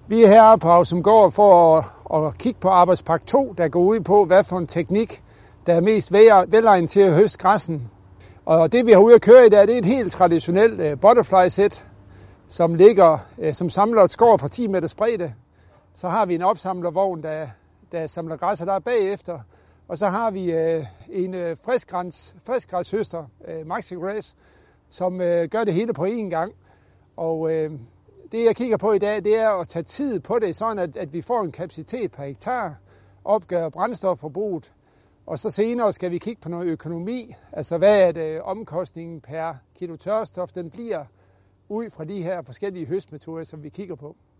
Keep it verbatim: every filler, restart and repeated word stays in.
Vi er heroppe på Ausumgaard for at, at kigge på arbejdspakke to, der går ud på, hvad for en teknik, der er mest velegnet til at høste græssen. Og det vi har ude at køre i dag, det er et helt traditionelt uh, butterfly-sæt, som ligger, uh, som samler et skår fra ti meters bredde. Så har vi en opsamlervogn, der, der samler græs, og der er bagefter. Og så har vi uh, en uh, friskgræs, friskgræshøster, uh, MaxiGrass, som uh, gør det hele på én gang. Og uh, det jeg kigger på i dag, det er at tage tid på det, sådan at, at vi får en kapacitet per hektar, opgøre brændstofforbruget, og så senere skal vi kigge på noget økonomi, altså hvad er det omkostningen per kilo tørstof, den bliver ud fra de her forskellige høstmetoder, som vi kigger på.